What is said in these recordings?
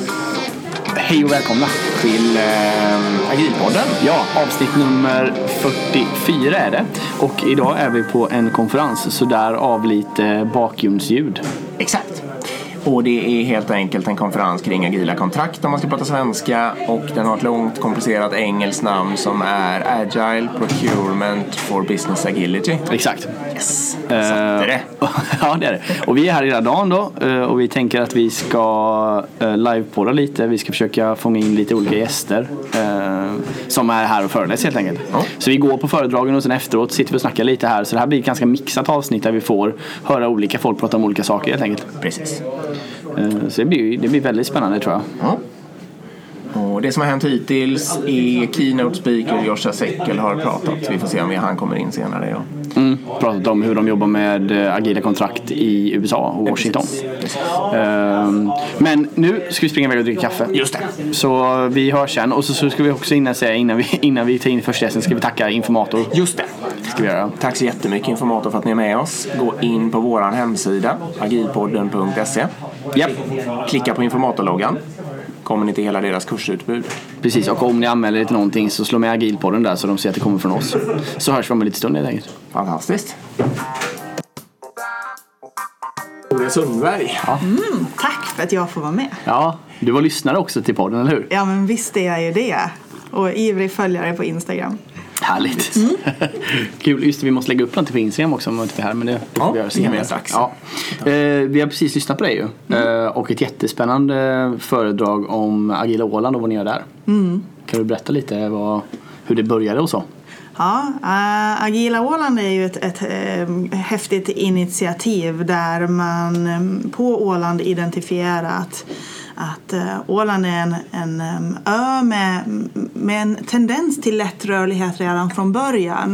Hej och välkomna till Agilpodden. Ja, avsnitt nummer 44 är det. Och idag är vi på en konferens, så därav lite bakgrundsljud. Exakt. Och det är helt enkelt en konferens kring agila kontrakt om man ska prata svenska. Och den har ett långt komplicerat engelskt namn som är Agile Procurement for Business Agility. Exakt. Yes, satte det. Ja, det är det. Och vi är här hela dagen då. Och vi tänker att vi ska livepodda lite. Vi ska försöka fånga in lite olika gäster som är här och föreläser helt enkelt. Ja. Så vi går på föredragen och sen efteråt sitter vi och snackar lite här. Så det här blir ett ganska mixat avsnitt där vi får höra olika folk prata om olika saker helt enkelt. Precis. Så det blir väldigt spännande, tror jag. Ja. Och det som har hänt hittills är keynote speaker Joshua Seckel har pratat. Vi får se om han kommer in senare. Ja. Pratat om hur de jobbar med agila kontrakt i USA och Washington. Precis. Men nu ska vi springa iväg och dricka kaffe. Just det. Så vi hörs sen. Och så ska vi också innan vi tar in första gästen ska vi tacka Informator. Just det. Ska vi göra. Tack så jättemycket Informator för att ni är med oss. Gå in på våran hemsida agilpodden.se. Yep. Klicka på Informatorloggan. Kommer ni till hela deras kursutbud. Precis, och om ni anmäler er till någonting så slå med Agilpodden där så de ser att det kommer från oss. Så hörs vi om en liten stund helt enkelt. Fantastiskt. Ola Sundberg. Ja. Tack för att jag får vara med. Ja, du var lyssnare också till podden, eller hur? Ja, men visst är jag ju det. Och ivrig följare på Instagram. Härligt. Kul, just det, vi måste lägga upp något på Instagram också om vi inte är här, men det får vi göra senare strax. Ja. Vi har precis lyssnat på dig ju. Och ett jättespännande föredrag om Agila Åland och vad ni gör där. Kan du berätta lite hur det började och så? Ja, Agila Åland är ju ett häftigt initiativ där man på Åland identifierat att Åland är en ö med en tendens till lättrörlighet redan från början.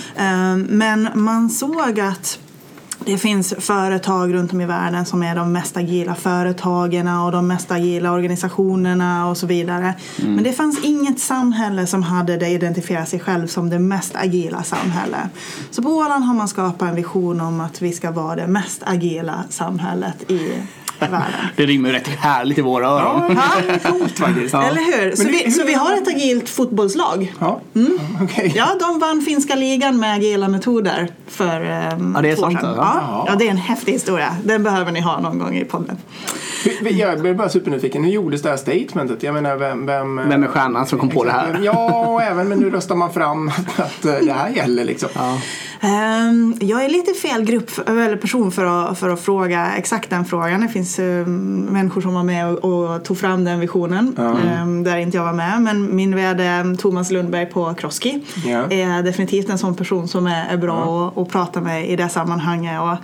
Men man såg att det finns företag runt om i världen som är de mest agila företagen och de mest agila organisationerna och så vidare. Men det fanns inget samhälle som hade det identifierat sig själv som det mest agila samhälle. Så på Åland har man skapat en vision om att vi ska vara det mest agila samhället i världen. Det rimmar ju rätt härligt i våra öron. Ja, coolt faktiskt. Ja. Eller hur? Så vi har ett agilt fotbollslag. Ja. Okay. Ja, de vann finska ligan med agila metoder för det är 2 år sant, sedan. Ja, det är en häftig historia. Den behöver ni ha någon gång i podden. Jag blir bara supernyfiken. Hur gjordes det här statementet? Jag menar, vem är stjärnan som kom på det här? Ja, även men nu röstar man fram att det här gäller liksom. Ja. Jag är lite fel grupp eller person för att fråga exakt den frågan. Det finns människor som var med och tog fram den visionen där inte jag var med. Men min vd Thomas Lundberg på Kroski är definitivt en sån person som är bra att prata med i det sammanhanget. Och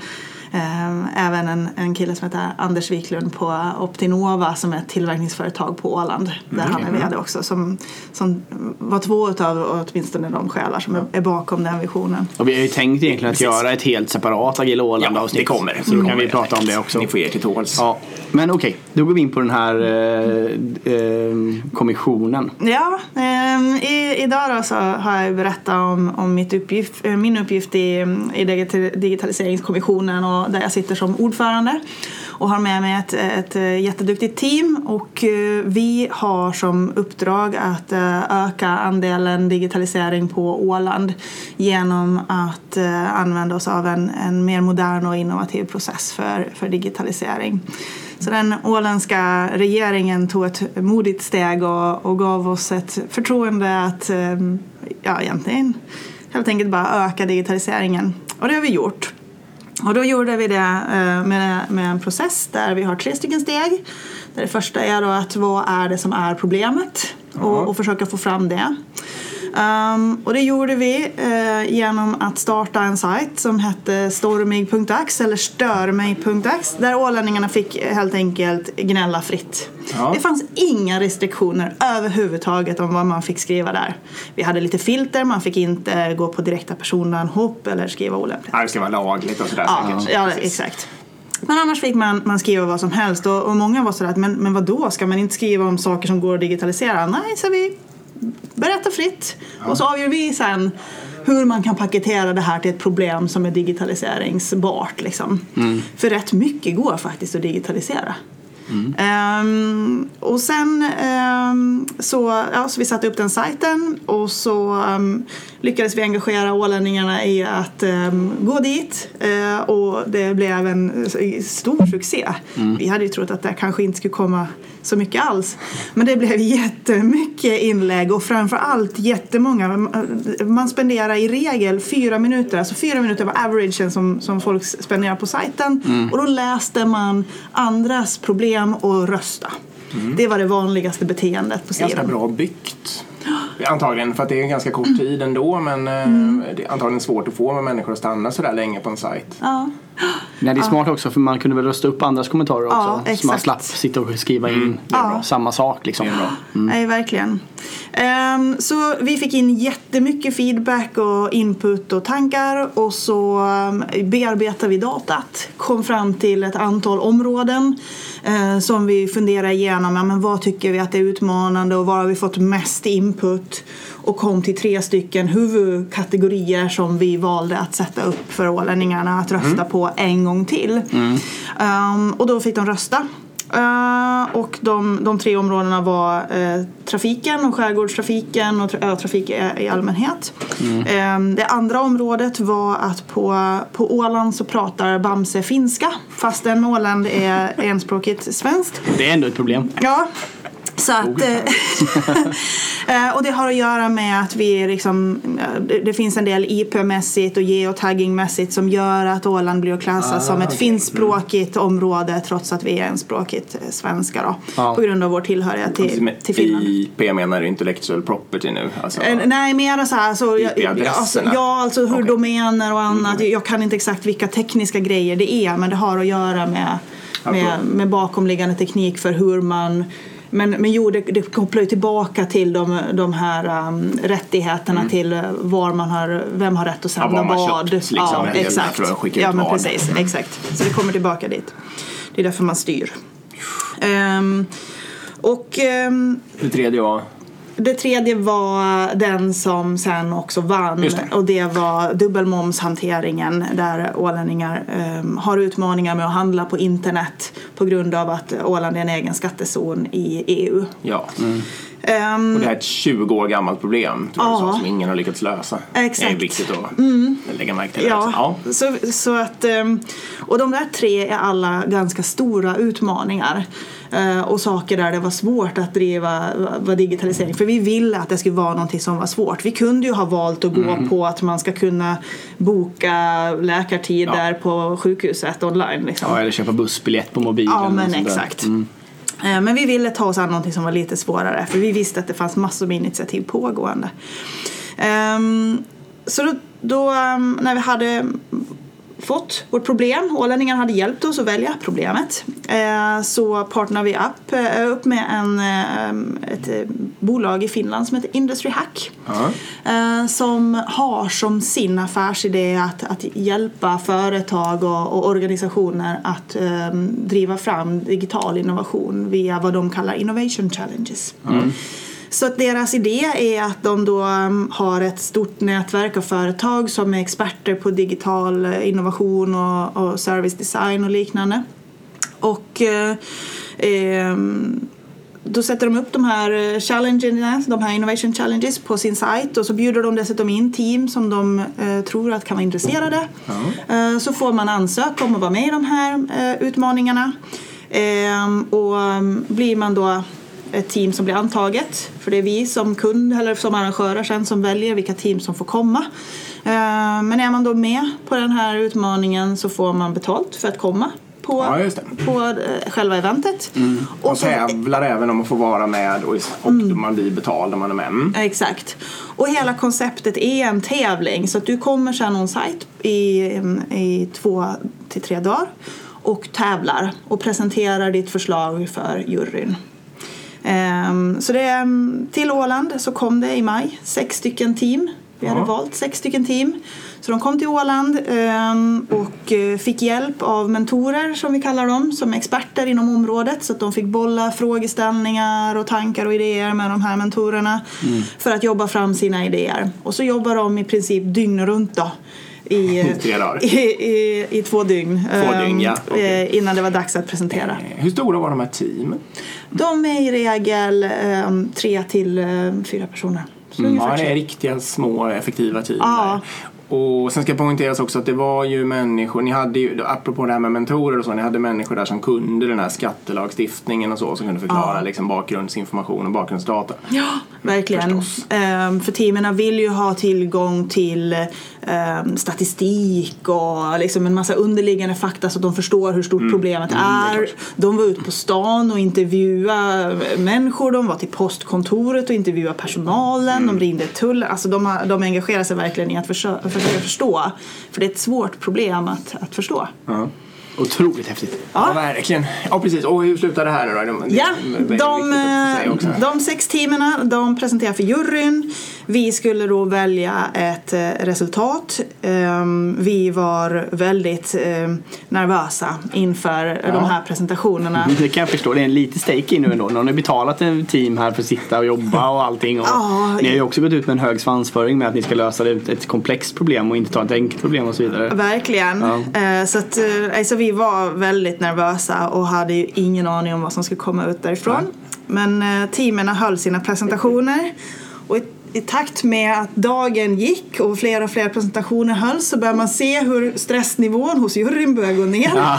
även en kille som heter Anders Wiklund på Optinova som är ett tillverkningsföretag på Åland där han är vd också som var 2 av åtminstone de själar som är bakom den visionen. Och vi har ju tänkt egentligen att göra ett helt separat Agila Åland avsnitt. Det kommer. Så då kan vi prata om det också. Ni får er till tåls. Ja. Men okej, då går vi in på den här kommissionen. Ja, idag då så har jag berättat om min uppgift i digitaliseringskommissionen och där jag sitter som ordförande och har med mig ett jätteduktigt team och vi har som uppdrag att öka andelen digitalisering på Åland genom att använda oss av en mer modern och innovativ process för digitalisering. Så den åländska regeringen tog ett modigt steg och gav oss ett förtroende att egentligen helt enkelt bara öka digitaliseringen. Och det har vi gjort. Och då gjorde vi det med en process där vi har 3 stycken steg. Det första är då att vad är det som är problemet och försöka få fram det. Och det gjorde vi genom att starta en sajt som hette stormig.ax eller störmig.ax där ålänningarna fick helt enkelt gnälla fritt. Ja. Det fanns inga restriktioner överhuvudtaget om vad man fick skriva där. Vi hade lite filter, man fick inte gå på direkta personanhopp eller skriva olämpligt. Det ska vara lagligt och sådär. Ja, exakt. Men annars fick man skriva vad som helst och många var sådär, men vad då? Ska man inte skriva om saker som går att digitalisera? Nej, så vi berättar fritt och så avgör vi sen hur man kan paketera det här till ett problem som är digitaliseringsbart liksom. För rätt mycket går faktiskt att digitalisera. Och sen så vi satte upp den sajten och så lyckades vi engagera ålänningarna i att gå dit och det blev en stor succé. Vi hade ju trott att det kanske inte skulle komma så mycket alls. Men det blev jättemycket inlägg och framförallt jättemånga. Man spenderar i regel 4 minuter. Alltså 4 minuter var averagen som folk spenderar på sajten. Och då läste man andras problem och rösta. Det var det vanligaste beteendet på sidan. Ganska bra byggt. Antagligen för att det är en ganska kort tid ändå, men det är antagligen svårt att få med människor att stanna så där länge på en sajt. Ja. Nej, det är smart också för man kunde väl rösta upp andras kommentarer också. Ja, exakt. Så man slapp sitta och skriva in samma sak liksom. Nej, verkligen. Så vi fick in jättemycket feedback och input och tankar och så bearbetade vi datat. Kom fram till ett antal områden som vi funderar igenom. Men vad tycker vi att det är utmanande och var har vi fått mest input? Och kom till 3 stycken huvudkategorier som vi valde att sätta upp för ålänningarna att rösta på en gång till. Och då fick de rösta. Och de 3 områdena var trafiken och skärgårdstrafiken och trafik i allmänhet. Det andra området var att på Åland så pratar Bamse finska fastän Åland är enspråkigt svenskt. Det är ändå ett problem. Ja. Så att, och det har att göra med att vi liksom, det finns en del IP-mässigt och geotagging-mässigt som gör att Åland blir klassat som ett finskspråkigt område trots att vi är enspråkigt svenska då, på grund av vår tillhörighet till Finland. IP menar intellectual property nu? Alltså, nej, mer så här. Alltså hur domäner och annat. Jag kan inte exakt vilka tekniska grejer det är, men det har att göra med bakomliggande teknik för hur man... Men det kopplar ju tillbaka till de här rättigheterna till vem har rätt att sända vad. Liksom, exakt. Men precis, exakt. Så det kommer tillbaka dit. Det är därför man styr. Det tredje var? Det tredje var den som sen också vann. Och det var dubbelmomshanteringen där ålänningar har utmaningar med att handla på internet på grund av att Åland är en egen skattezon i EU. Ja. Och det är ett 20 år gammalt problem som ingen har lyckats lösa. Exakt. Det är viktigt att lägga märke till. Så att, och de där 3 är alla ganska stora utmaningar. Och saker där det var svårt att driva digitalisering. För vi ville att det skulle vara någonting som var svårt. Vi kunde ju ha valt att gå på att man ska kunna boka läkartider på sjukhuset online. Liksom. Ja, eller köpa bussbiljett på mobilen. Ja, men exakt. Men vi ville ta oss an någonting som var lite svårare. För vi visste att det fanns massor med initiativ pågående. Så då när vi hade fått vårt problem, ålänningarna hade hjälpt oss att välja problemet, så partnade vi upp med ett bolag i Finland som heter Industry Hack, som har som sin affärsidé att hjälpa företag och organisationer att driva fram digital innovation via vad de kallar Innovation Challenges. Så att deras idé är att de då har ett stort nätverk av företag som är experter på digital innovation och service design och liknande. Och då sätter de upp de här challenges, de här innovation challenges på sin sajt och så bjuder de dessutom in team som de tror att kan vara intresserade. Så får man ansöka om att vara med i de här utmaningarna. Och blir man då ett team som blir antaget, för det är vi som kund eller som arrangörer sen som väljer vilka team som får komma. Men är man då med på den här utmaningen så får man betalt för att komma på själva eventet. Och tävlar även om att få vara med och man blir betald om man är med. Exakt. Och hela konceptet är en tävling så att du kommer sen on site i 2 till 3 dagar och tävlar och presenterar ditt förslag för juryn. Så det, till Åland så kom det i maj 6 stycken team. Vi hade valt 6 stycken team. Så de kom till Åland och fick hjälp av mentorer som vi kallar dem, som är experter inom området. Så att de fick bolla frågeställningar och tankar och idéer med de här mentorerna för att jobba fram sina idéer. Och så jobbar de i princip dygnet runt då. i 3 dagar. I 2 dygn. 2 dygn, ja. Okay. Innan det var dags att presentera. Hur stora var de här teamen? De är i regel 3 till 4 personer. Ja, det är riktiga små effektiva team. Ja. Och sen ska poängteras också att det var ju människor, ni hade ju, apropå det här med mentorer och så, ni hade människor där som kunde den här skattelagstiftningen och så, som kunde förklara liksom bakgrundsinformation och bakgrundsdata. Ja, verkligen. För teamen vill ju ha tillgång till statistik och liksom en massa underliggande fakta så att de förstår hur stort problemet är. De var ute på stan och intervjuade människor, de var till postkontoret och intervjuade personalen, de ringde tullen. Alltså de engagerar sig verkligen i att försöka förstå. För det är ett svårt problem att förstå. Ja. Otroligt häftigt. Ja, verkligen. Ja, precis. Och hur slutar det här då? De 6 teamen, de presenterar för juryn. Vi skulle då välja ett resultat. Vi var väldigt nervösa inför de här presentationerna. Det kan jag förstå. Det är en lite stake nu ändå. Någon har betalat en team här för att sitta och jobba och allting. Och ni har ju också gått ut med en hög svansföring med att ni ska lösa ett komplext problem och inte ta ett enkelt problem och så vidare. Verkligen. Så att alltså, vi var väldigt nervösa och hade ju ingen aning om vad som skulle komma ut därifrån. Men teamen höll sina presentationer och i takt med att dagen gick och fler presentationer hölls så började man se hur stressnivån hos juryn började gå ner. Ja.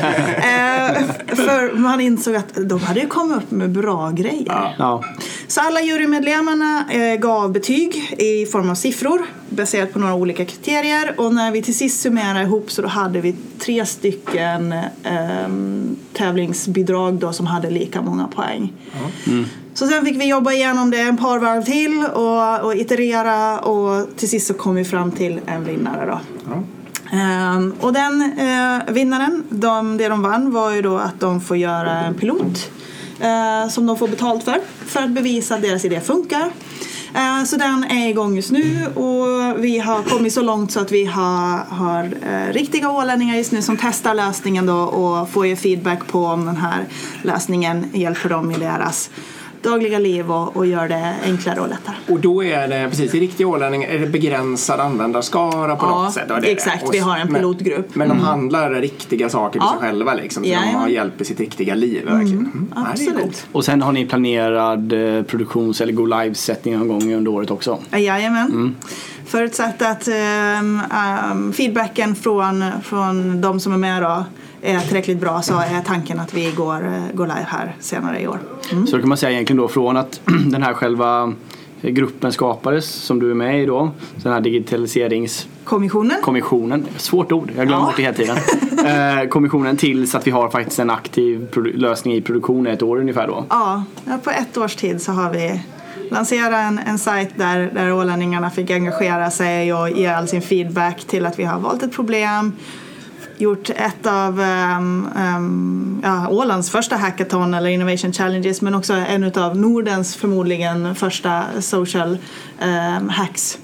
För man insåg att de hade ju kommit upp med bra grejer. Ja. Så alla jurymedlemmarna gav betyg i form av siffror baserat på några olika kriterier. Och när vi till sist summerade ihop så då hade vi 3 stycken tävlingsbidrag då som hade lika många poäng. Så sen fick vi jobba igenom det en par varv till och iterera och till sist så kom vi fram till en vinnare då. Och den vinnaren, det de vann var ju då att de får göra en pilot som de får betalt för att bevisa att deras idé funkar. Så den är igång just nu och vi har kommit så långt så att vi har riktiga ålänningar just nu som testar lösningen då och får ju feedback på om den här lösningen hjälper dem i deras dagliga liv och gör det enklare och lättare. Och då är det, precis, i riktig ålänning är det begränsad användarskara på något sätt? Ja, exakt. Vi har en pilotgrupp. Men de handlar riktiga saker till sig själva liksom, så de har hjälp i sitt riktiga liv verkligen. Absolut. Och sen har ni planerad produktions- eller go-live-sättning någon gång under året också? Jajamän. Förutsatt att feedbacken från de som är med då är tillräckligt bra så är tanken att vi går live här senare i år. Så då kan man säga egentligen då från att den här själva gruppen skapades som du är med i då, den här digitaliseringskommissionen, svårt ord, jag glömmer bort det hela tiden. Kommissionen tills att vi har faktiskt en aktiv lösning i produktion ett år ungefär då. Ja, på 1 års tid så har vi lanserat en sajt där ålänningarna fick engagera sig och ge all sin feedback till att vi har valt ett problem, gjort ett av Ålands första hackathon eller innovation challenges, men också en av Nordens förmodligen första social hacks.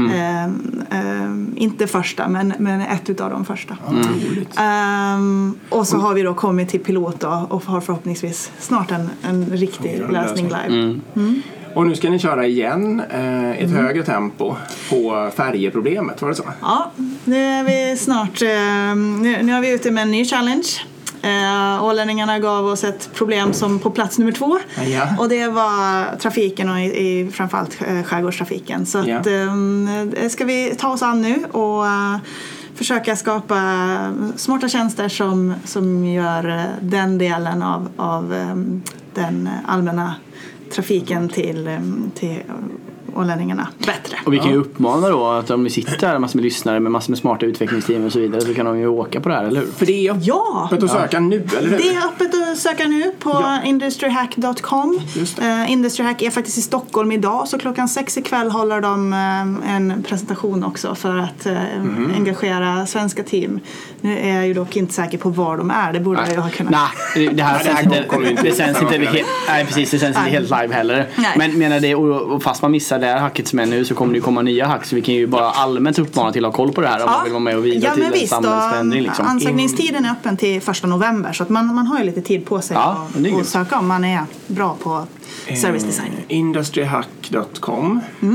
Inte första men ett av de första. Och så har vi då kommit till pilot och har förhoppningsvis snart en riktig lösning live. Och nu ska ni köra igen ett högre tempo på färjeproblemet, var det så? Ja, nu är vi snart nu är vi ute med en ny challenge. Ålänningarna gav oss ett problem som på plats nummer 2 och det var trafiken och i framförallt skärgårdstrafiken. Så att, ska vi ta oss an nu och försöka skapa smarta tjänster som gör den delen av den allmänna trafiken till ålänningarna bättre. Och vi kan ju uppmana då att om vi sitter här massor med lyssnare med massor med smarta utvecklingsteam och så vidare så kan de ju åka på det här, eller hur? För det är öppet att söka nu, eller hur? Det är öppet att söka nu på industryhack.com. Industryhack är faktiskt i Stockholm idag så klockan 6 ikväll håller de en presentation också för att engagera svenska team. Nu är jag ju dock inte säker på var de är. Det borde jag ju ha kunnat. Nej, det här sänds inte helt, nej precis, det sänds inte helt live heller. Nej. Men menar det, och fast man missar det här hacket som är nu så kommer det ju komma nya hack, så vi kan ju bara allmänt uppmana till att ha koll på det här om man vill vara med och vidare till en samhällsförändring liksom. Ansökningstiden är öppen till 1 november så att man har ju lite tid på sig att söka om man är bra på service design. Industryhack.com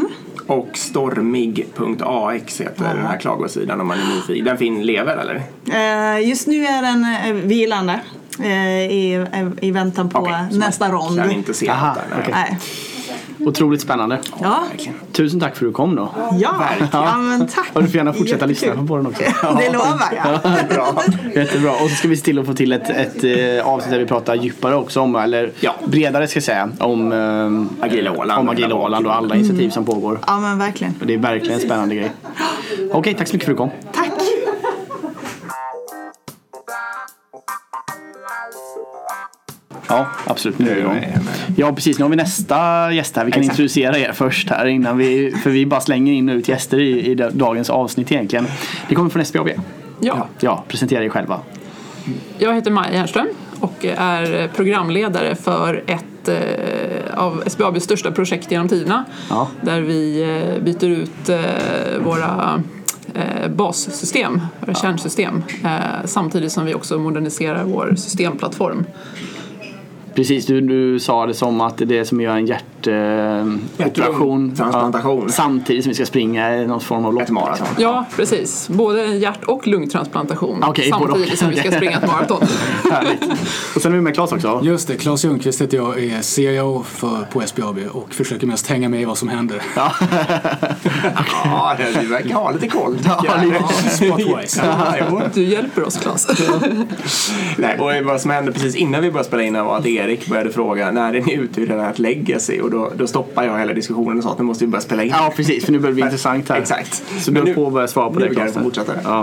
Och stormig.ax heter den här klagosidan om man är nyfiken. Den lever eller? Just nu är den vilande i väntan på nästa rond. Kan inte se något där. Okay. Otroligt spännande. Ja. Tusen tack för att du kom då. Ja, men tack. Och du får gärna fortsätta lyssna på den också. Det lovar jag. Bra. Jättebra. Och så ska vi se till att få till ett avsnitt där vi pratar djupare också om, eller bredare ska jag säga, om Agila Åland och alla initiativ som pågår. Ja, men verkligen. Och det är verkligen en spännande grej. Okej, tack så mycket för att du kom. Tack. Ja, absolut. Nu är vi igång. Ja, precis. Nu har vi nästa gäst här. Vi kan introducera er först här innan för vi bara slänger in och ut gäster i dagens avsnitt egentligen. Det kommer från SBAB. Ja, presentera er själva. Jag heter Maja Järnström och är programledare för ett av SBABs största projekt genom tiderna. Ja. Där vi byter ut våra bassystem, våra kärnsystem, samtidigt som vi också moderniserar vår systemplattform. Precis, du sa det som att det är som gör en hjärtoperation, transplantation. Samtidigt som vi ska springa i någon form av lopp. Ja, precis. Både hjärt- och lungtransplantation samtidigt som vi ska springa ett maraton. Och sen är vi med Claes också. Just det, Claes Ljungqvist heter jag, är CEO på SBAB och försöker mest hänga med i vad som händer. Ja, du verkar ha lite koll. Du hjälper oss, Claes. Nej, och vad som hände precis innan vi började spela in var att Erik började fråga när är ni ute ur den här legacy, och då stoppade jag hela diskussionen och sa att nu måste vi börja spela in. Ja, precis, för nu börjar det bli intressant här. Exakt. Så du får börja svara på det. Nu kan jag fortsätta. Ja.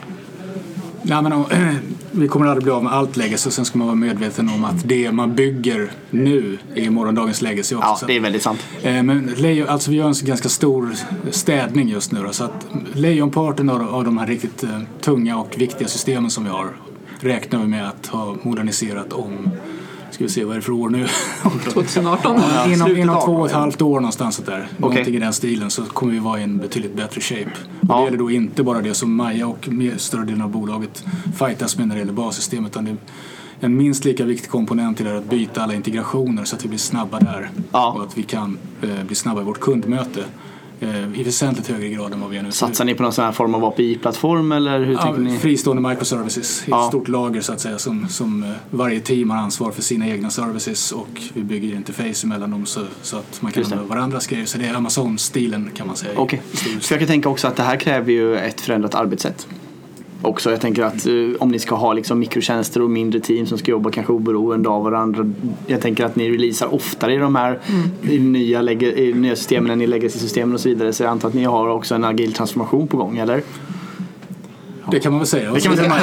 Ja, men vi kommer aldrig bli av med allt legacy, och sen ska man vara medveten om att det man bygger nu är morgondagens legacy också. Ja, det är väldigt sant. Men alltså vi gör en ganska stor städning just nu då, så att lejonparten av de här riktigt tunga och viktiga systemen som vi har räknar vi med att ha moderniserat om. Ska vi se, vad är det för år nu? 2018. Inom 2,5 år någonstans där. Någonting i den stilen, så kommer vi vara i en betydligt bättre shape. Och det gäller då inte bara det som Maja och större delen av bolaget fightas med när det gäller bassystemet, utan det är en minst lika viktig komponent i det att byta alla integrationer så att vi blir snabba där. Och att vi kan bli snabba i vårt kundmöte. I väsentligt högre grad än vad vi är nu. Satsar ni på någon sån här form av API-plattform eller hur tänker ni? Fristående microservices i ett stort lager så att säga, som varje team har ansvar för sina egna services, och vi bygger interface mellan dem så att man kan använda varandras grejer. Så det är Amazon-stilen kan man säga. Okej. Så jag kan tänka också att det här kräver ju ett förändrat arbetssätt. Också, jag tänker att om ni ska ha liksom mikrotjänster och mindre team som ska jobba kanske oberoende av varandra, jag tänker att ni releasar oftare i de här i nya systemen än i legacy-systemen och så vidare, så jag antar att ni har också en agil transformation på gång, eller? Det kan man väl säga. Det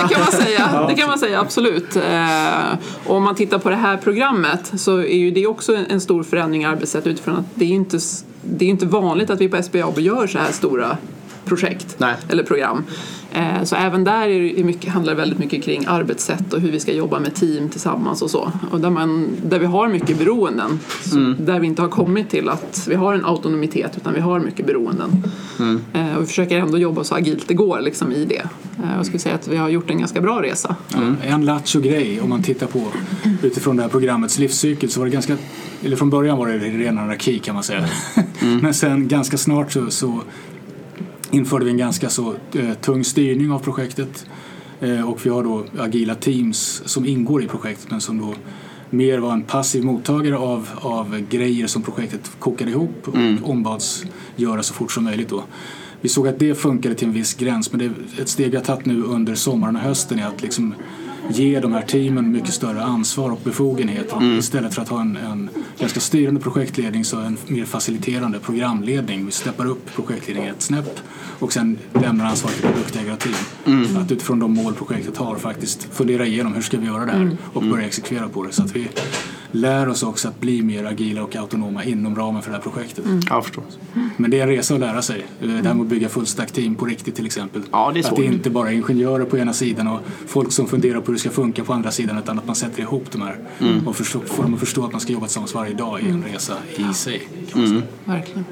kan man säga, absolut. Och om man tittar på det här programmet så är ju det också en stor förändring i arbetssätt, utifrån att det är inte vanligt att vi på SBAB gör så här stora projekt eller program. Så även där handlar det väldigt mycket kring arbetssätt och hur vi ska jobba med team tillsammans och så. Och där vi har mycket beroenden. Där vi inte har kommit till att vi har en autonomitet, utan vi har mycket beroenden. Och vi försöker ändå jobba så agilt det går liksom i det. Jag skulle säga att vi har gjort en ganska bra resa. En lattjo-grej, om man tittar på utifrån det här programmets livscykel, så var det eller från början var det ren anarki kan man säga. Men sen ganska snart så införde vi en ganska så tung styrning av projektet, och vi har då agila teams som ingår i projektet, men som då mer var en passiv mottagare av grejer som projektet kokade ihop och ombads göra så fort som möjligt då. Vi såg att det funkade till en viss gräns, men det är ett steg jag tagit nu under sommaren och hösten är att liksom ge de här teamen mycket större ansvar och befogenheter. Istället för att ha en ganska styrande projektledning, så en mer faciliterande programledning. Vi steppar upp projektledningen ett snäpp och sen lämnar ansvar till produktägare och team. Att utifrån de mål projektet har faktiskt fundera igenom hur ska vi göra det här och börja exekvera på det. Så att vi lär oss också att bli mer agila och autonoma inom ramen för det här projektet. Ja, förstås. Men det är en resa att lära sig. Det här med att bygga fullstack team på riktigt till exempel. Ja, det är att det inte bara är ingenjörer på ena sidan och folk som funderar på hur det ska funka på andra sidan, utan att man sätter ihop de här och får dem att förstå att man ska jobba tillsammans varje dag i en resa i sig. Kan man säga. Verkligen.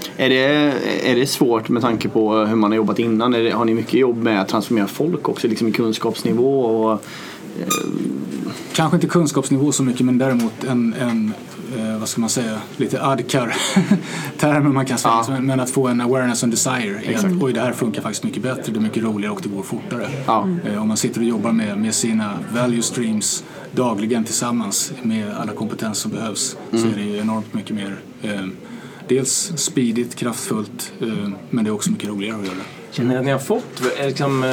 Är det svårt med tanke på hur man har jobbat innan? Har ni mycket jobb med att transformera folk också, liksom i kunskapsnivå? Och, kanske inte kunskapsnivå så mycket, men däremot vad ska man säga, lite adkar termer man kan säga, men att få en awareness and desire. Oj, det här funkar faktiskt mycket bättre, det är mycket roligare och det går fortare. Om man sitter och jobbar med sina value streams dagligen tillsammans med alla kompetens som behövs, så är det ju enormt mycket mer dels speedigt, kraftfullt, men det är också mycket roligare att göra. Känner ni att ni har fått, liksom,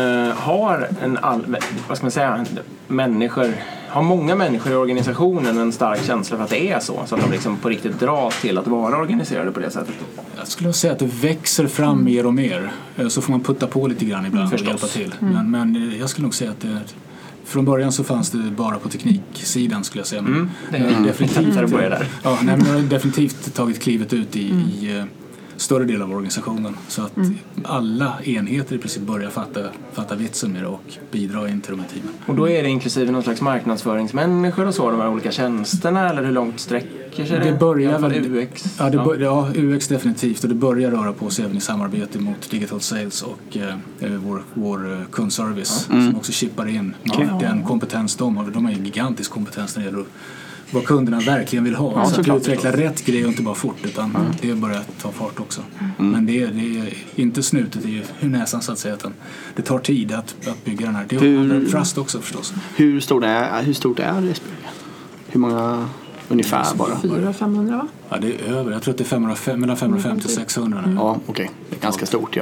har många människor i organisationen en stark känsla för att det är så att de liksom på riktigt drar till att vara organiserade på det sättet? Jag skulle säga att det växer fram mer och mer, så får man putta på lite grann ibland och hjälpa till. Men jag skulle nog säga att från början så fanns det bara på tekniksidan, skulle jag säga. Men definitivt där. Ja, men jag har definitivt tagit klivet ut i större del av organisationen, så att alla enheter i princip börjar fatta vitsen med det och bidra in till de här teamen. Och då är det inklusive någon slags marknadsföringsmänniskor och så, de här olika tjänsterna, eller hur långt sträcker sig det? Det börjar väl UX. UX definitivt, och det börjar röra på sig även i samarbete mot digital sales och vår kundservice som också chippar in den kompetens de har. De har ju gigantisk kompetens när det gäller vad kunderna verkligen vill ha. Så att vi utvecklar rätt grej och inte bara fort, utan det börjar ta fart också. Men det är inte snutet i näsan, så att säga, utan det tar tid att bygga den här. Det är trust också förstås. Hur stort är det? Hur många ungefär bara? 400-500 va? Ja, det är över. Jag tror att det är mellan 550 och 600 nu. Ja, okej. Det är ganska stort,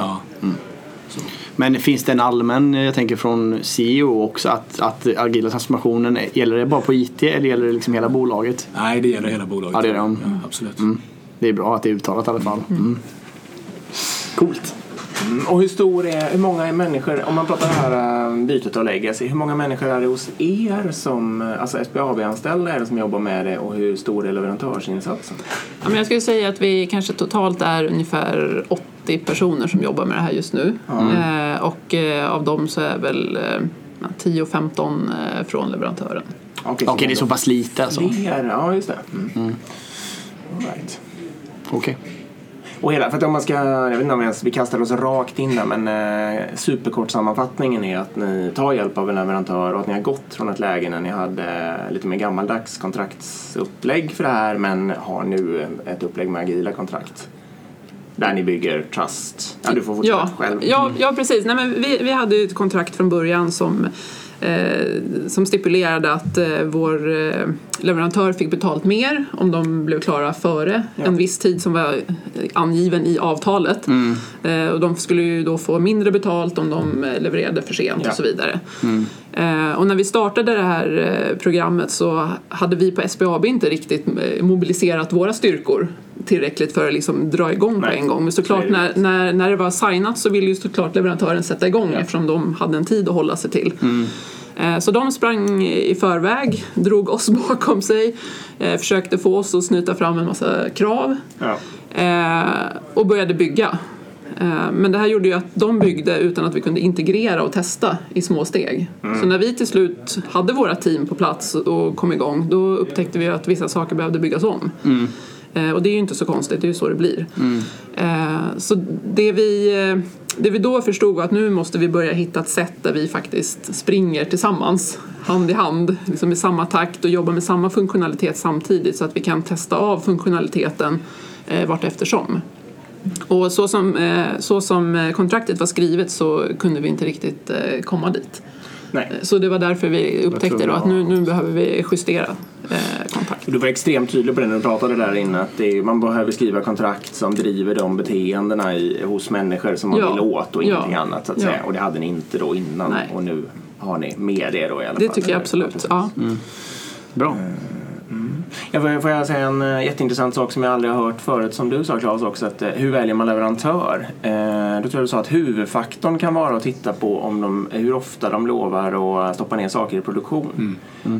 Men finns det en allmän, jag tänker från CEO också, att agila transformationen, gäller det bara på IT eller gäller det liksom hela bolaget? Nej, det gäller hela bolaget. Ja, det är det. Ja, absolut. Det är bra att det är uttalat i alla fall. Coolt. Och hur många människor, om man pratar här bytet av legacy, hur många människor är det hos er som, alltså SBAB-anställda är det som jobbar med det, och hur stor är leverantörsinsatsen? Ja, men jag skulle säga att vi kanske totalt är ungefär 80 personer som jobbar med det här just nu. Och av dem så är väl 10-15 från leverantören. Okej, det är så pass lite alltså. Ja, just det. All right. Okej. Och hela, för att om man ska, jag vet inte om vi kastar oss rakt in där, men superkort sammanfattningen är att ni tar hjälp av en leverantör och att ni har gått från ett läge när ni hade lite mer gammaldags kontraktsupplägg för det här, men har nu ett upplägg med agila kontrakt där ni bygger trust. Ja, du får fortsätta själv. Ja, precis. Nej, men vi hade ju ett kontrakt från början som stipulerade att vår leverantör fick betalt mer om de blev klara före en viss tid som var angiven i avtalet. Och de skulle ju då få mindre betalt om de levererade för sent och så vidare. Och när vi startade det här programmet så hade vi på SBAB inte riktigt mobiliserat våra styrkor tillräckligt för att liksom dra igång på en gång. Men såklart när det var signat så ville ju såklart leverantören sätta igång eftersom de hade en tid att hålla sig till. Så de sprang i förväg, drog oss bakom sig, försökte få oss att snyta fram en massa krav och började bygga. Men det här gjorde ju att de byggde utan att vi kunde integrera och testa i små steg. Så när vi till slut hade våra team på plats och kom igång, då upptäckte vi att vissa saker behövde byggas om. Och det är ju inte så konstigt, det är ju så det blir. Så det vi då förstod var att nu måste vi börja hitta ett sätt där vi faktiskt springer tillsammans, hand i hand, liksom i samma takt och jobbar med samma funktionalitet samtidigt så att vi kan testa av funktionaliteten vart eftersom. Och så som kontraktet var skrivet så kunde vi inte riktigt komma dit. Nej. Så det var därför vi upptäckte då att nu behöver vi justera kontrakt. Du var extremt tydlig på det när du pratade där inne, att man behöver skriva kontrakt som driver de beteendena hos människor som man vill åt och ingenting annat så att säga. Och det hade ni inte då innan. Nej. Och nu har ni med det då i alla fall. Det tycker jag absolut. Ja. Bra. Får jag säga en jätteintressant sak som jag aldrig har hört förut som du sa, Claes, också, att hur väljer man leverantör? Då tror jag du sa att huvudfaktorn kan vara att titta på hur ofta de lovar att stoppa ner saker i produktion.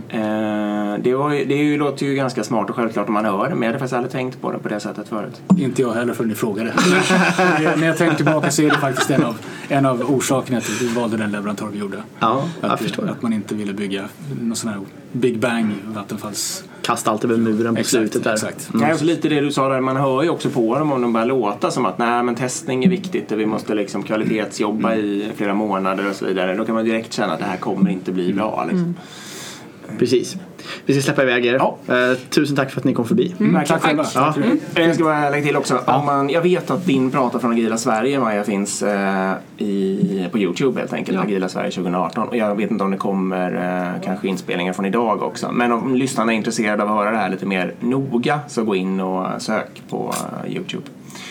Det låter ju ganska smart och självklart om man hör det, men jag hade faktiskt aldrig tänkt på det på det sättet förut. Inte jag heller förrän ni frågade. När jag tänker tillbaka så är det faktiskt en av orsakerna till att vi valde den leverantör vi gjorde. Ja, jag förstår. Att man inte ville bygga någon sån här Big Bang Vattenfalls... Kasta allt över muren på slutet där. Exakt. Ja, och så lite det du sa där, man hör ju också på dem om de börjar låta som att nej, men testning är viktigt och vi måste liksom kvalitetsjobba i flera månader och så vidare. Då kan man direkt känna att det här kommer inte bli bra liksom. Precis. Vi ska släppa iväg er. Ja. Tusen tack för att ni kom förbi. Tack själva. Ja. Jag ska bara lägga till också. Jag vet att din prata från Agila Sverige, Maja, finns på YouTube helt enkelt. Agila Sverige 2018. Och jag vet inte om det kommer kanske inspelningar från idag också. Men om lyssnarna är intresserade av att höra det här lite mer noga, så gå in och sök på YouTube.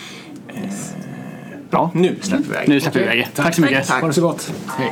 Bra, nu släpper vi iväg. Nu släpper vi iväg. Tack så mycket. Ha det så gott. Hej.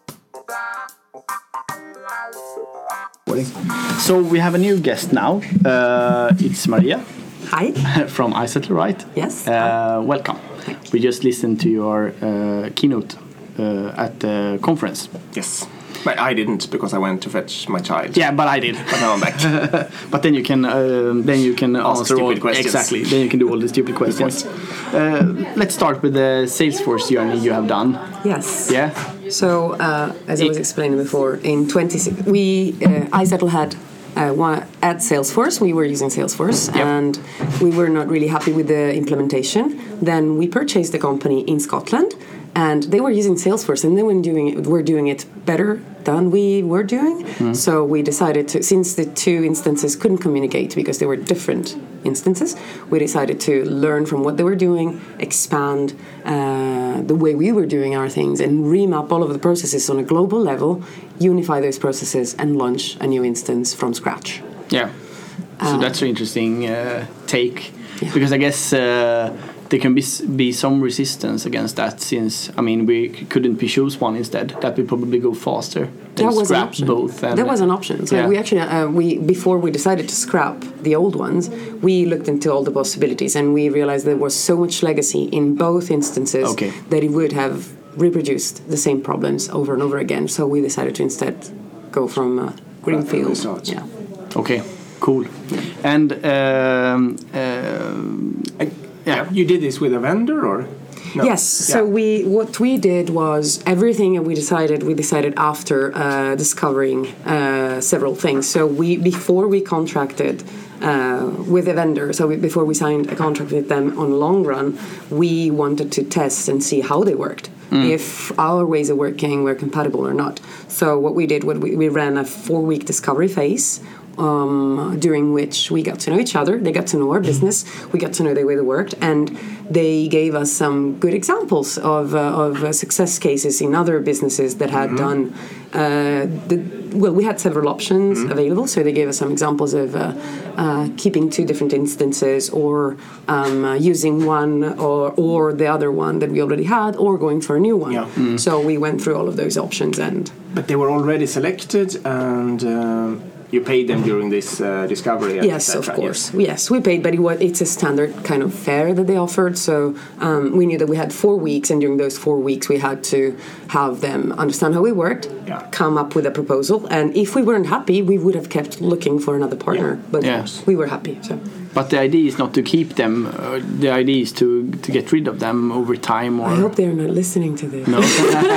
So we have a new guest now. It's Maria. Hi. From iSettle, right? Yes. Welcome. We just listened to your keynote at the conference. Yes. But I didn't, because I went to fetch my child. Yeah, but I did. But now I'm back. But then you can Ask answer all stupid questions. Exactly. Then you can do all the stupid questions. Let's start with the Salesforce journey you have done. Yes. Yeah. So, as I was explaining before, in 2016, iSettle had at Salesforce. We were using Salesforce, and we were not really happy with the implementation. Then we purchased the company in Scotland, and they were using Salesforce, and they were doing it better than we were doing. So we decided to, since the two instances couldn't communicate because they were different instances, we decided to learn from what they were doing, expand the way we were doing our things, and remap all of the processes on a global level, unify those processes, and launch a new instance from scratch. Yeah. So that's an interesting take, because I guess there can be some resistance against that, since we couldn't choose one instead. That would probably go faster than scrap both. That was an option. So we actually before we decided to scrap the old ones, we looked into all the possibilities, and we realized there was so much legacy in both instances that it would have reproduced the same problems over and over again. So we decided to instead go from greenfield. Yeah. Okay. Cool. And you did this with a vendor, or? No. Yes. So what we did was everything we decided after discovering several things. So before we contracted with a vendor, before we signed a contract with them on long run, we wanted to test and see how they worked. If our ways of working were compatible or not. So what we did, we ran a 4-week discovery phase, during which we got to know each other, they got to know our business, we got to know the way they worked, and they gave us some good examples of success cases in other businesses that had done we had several options available, so they gave us some examples of keeping 2 different instances, or using one or the other one that we already had, or going for a new one. So we went through all of those options. But they were already selected, and you paid them during this discovery? Yes, of course. Yes, we paid, but it's a standard kind of fare that they offered. So we knew that we had 4 weeks, and during those 4 weeks we had to have them understand how we worked, come up with a proposal, and if we weren't happy, we would have kept looking for another partner. But we were happy. So. But the idea is not to keep them. The idea is to get rid of them over time. Or I hope they're not listening to this. No.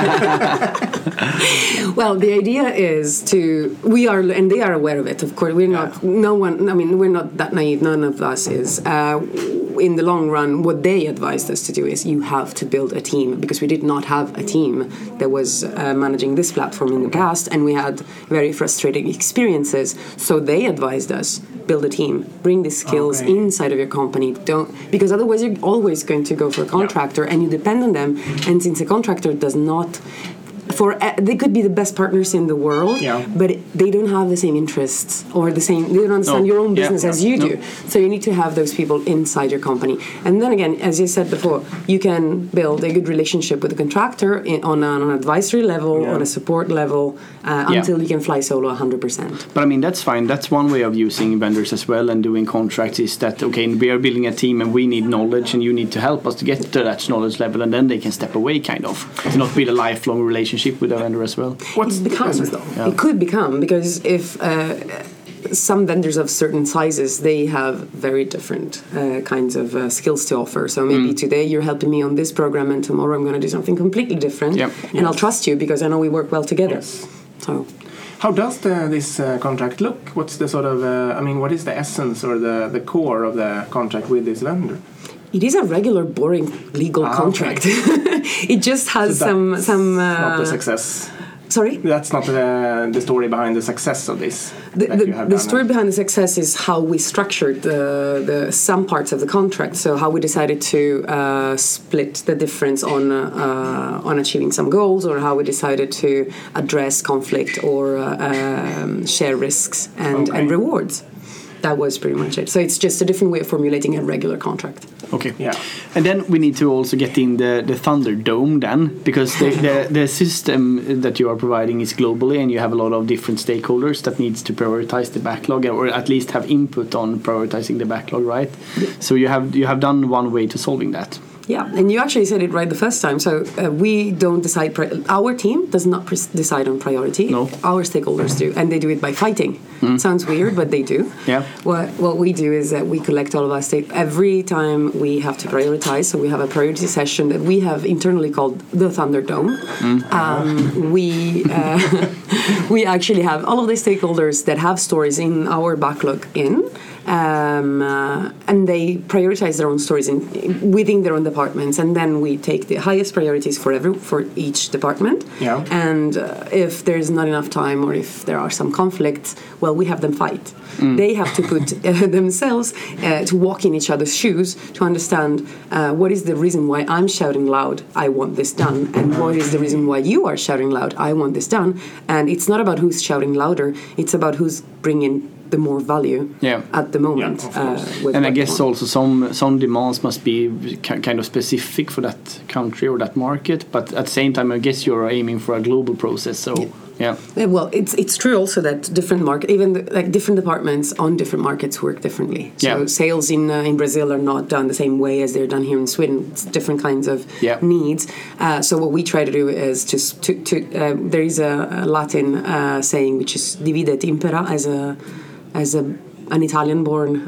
Well, the idea is we are, and they are aware of it. Of course, we're not. No one. We're not that naive. None of us is. In the long run, what they advised us to do is you have to build a team, because we did not have a team that was managing this platform in the past, and we had very frustrating experiences. So they advised us, build a team, bring these skills inside of your company. Because otherwise you're always going to go for a contractor, and you depend on them. And since a contractor does not. They could be the best partners in the world, but they don't have the same interests or they don't understand your own business as you do. So you need to have those people inside your company. And then again, as you said before, you can build a good relationship with the contractor on an advisory level, on a support level, until you can fly solo 100%. But that's fine. That's one way of using vendors as well and doing contracts, is that, we are building a team and we need knowledge and you need to help us to get to that knowledge level, and then they can step away, kind of. To not build a lifelong relationship with a vendor as well. It could become, because if some vendors of certain sizes, they have very different kinds of skills to offer. So maybe today you're helping me on this program, and tomorrow I'm going to do something completely different, and I'll trust you because I know we work well together. So, how does this contract look? What's the sort of what is the essence or the core of the contract with this vendor? It is a regular, boring legal contract. It just has some not the success Sorry? That's not the story behind the success of this. The story behind the success is how we structured some parts of the contract. So how we decided to split the difference on achieving some goals, or how we decided to address conflict or share risks and rewards. That was pretty much it. So it's just a different way of formulating a regular contract. Okay. Yeah. And then we need to also get in the Thunderdome then, because the system that you are providing is globally, and you have a lot of different stakeholders that needs to prioritize the backlog, or at least have input on prioritizing the backlog, right? Yeah. So you have done one way to solving that. Yeah, and you actually said it right the first time. So we don't decide. Our team does not decide on priority. No. Our stakeholders do, and they do it by fighting. Sounds weird, but they do. Yeah. What we do is that we collect all of our every time we have to prioritize. So we have a priority session that we have internally called the Thunderdome. We actually have all of the stakeholders that have stories in our backlog and they prioritize their own stories within their own departments, and then we take the highest priorities for each department. Yeah. And if there's not enough time, or if there are some conflicts, well, we have them fight. They have to put themselves to walk in each other's shoes to understand what is the reason why I'm shouting loud, I want this done, and what is the reason why you are shouting loud, I want this done. And it's not about who's shouting louder, it's about who's bringing the more value at the moment. And I guess also some demands must be kind of specific for that country or that market, but at the same time I guess you're aiming for a global process. So yeah. Well, it's true also that different different departments on different markets work differently. So sales in Brazil are not done the same way as they're done here in Sweden. It's different kinds of needs. So what we try to do is there is a Latin saying which is divide et impera, as an Italian-born,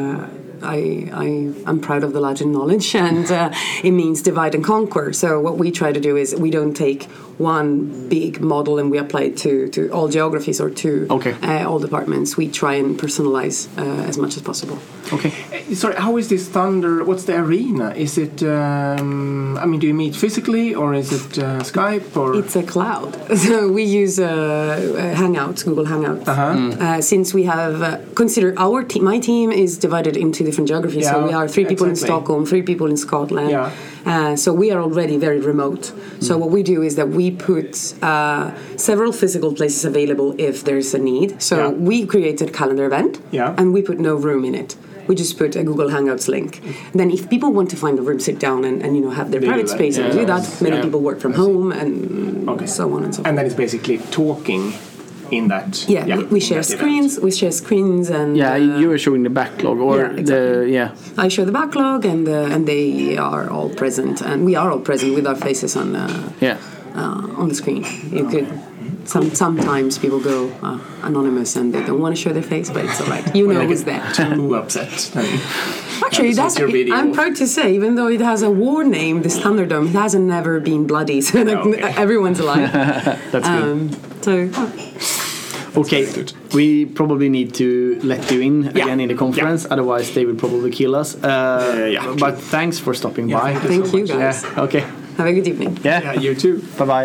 I'm proud of the Latin knowledge, and it means divide and conquer. So what we try to do is we don't take one big model and we apply it to all geographies or to all departments. We try and personalize as much as possible. Okay. Sorry, how is this Thunder? What's the arena? Is it? Do you meet physically, or is it Skype? Or it's a cloud. So we use Hangouts, Google Hangouts. Since we have consider our team, my team is divided into different geographies. So we are 3 people in Stockholm, 3 people in Scotland. Yeah. So we are already very remote. So what we do is that we put several physical places available if there's a need. So we create a calendar event, and we put no room in it. We just put a Google Hangouts link. Then if people want to find a room, sit down and have their private space and do that, many people work from home and so on and so on. And then it's basically talking in that. We share screens. We share screens and. You are showing the backlog, or I show the backlog, and they are all present, and we are all present with our faces on the screen. You could. Sometimes people go anonymous and they don't want to show their face, but it's all right. You know who's there. Too upset. Actually, I'm proud to say, even though it has a war name, this Thunderdome, it hasn't never been bloody. So everyone's alive. That's good. Okay, we probably need to let you in again in the conference, otherwise they will probably kill us. But thanks for stopping by. Thank you guys. Okay. Have a good evening. Yeah, you too. Bye.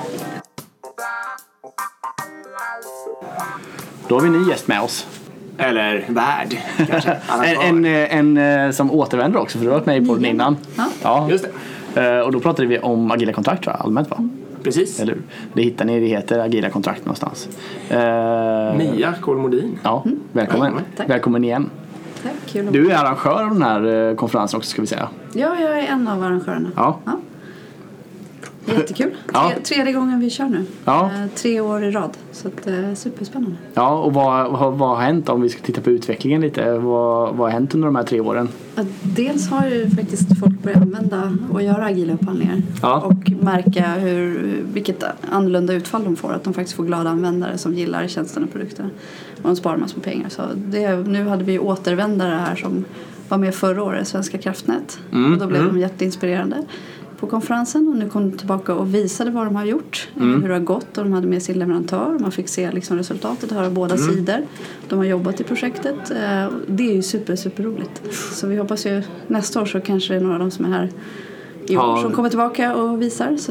Då har vi en ny gäst med oss. Eller värd, kanske. en som återvänder också, för du har varit med i podden innan. Ja, just det. Och då pratade vi om agila kontrakt, tror jag, allmänt, va? Precis. Eller det hittar ni, det heter agila kontrakt någonstans. Mia Kolmodin. Ja, välkommen. Välkommen igen. Tack, du är arrangör av den här konferensen också, ska vi säga. Ja, jag är en av arrangörerna. Ja. Jättekul. Tredje gången vi kör nu. 3 år i rad. Så det är superspännande. Ja, och vad har hänt, om vi ska titta på utvecklingen lite? Vad har hänt under de här 3 åren? Dels har ju faktiskt folk börjat använda och göra agila upphandlingar. Och märka vilket annorlunda utfall de får. Att de faktiskt får glada användare som gillar tjänsterna och produkterna. Och de sparar massor med pengar. Så nu hade vi återvändare här som var med förra året, Svenska Kraftnät. Och då blev de jätteinspirerande på konferensen, och nu kom de tillbaka och visade vad de har gjort, hur det har gått, och de hade med sin leverantör, man fick se liksom resultatet, höra båda sidor. De har jobbat i projektet. Det är ju super roligt. Så vi hoppas ju nästa år så kanske det är några av dem som är här i år som kommer tillbaka och visar, så att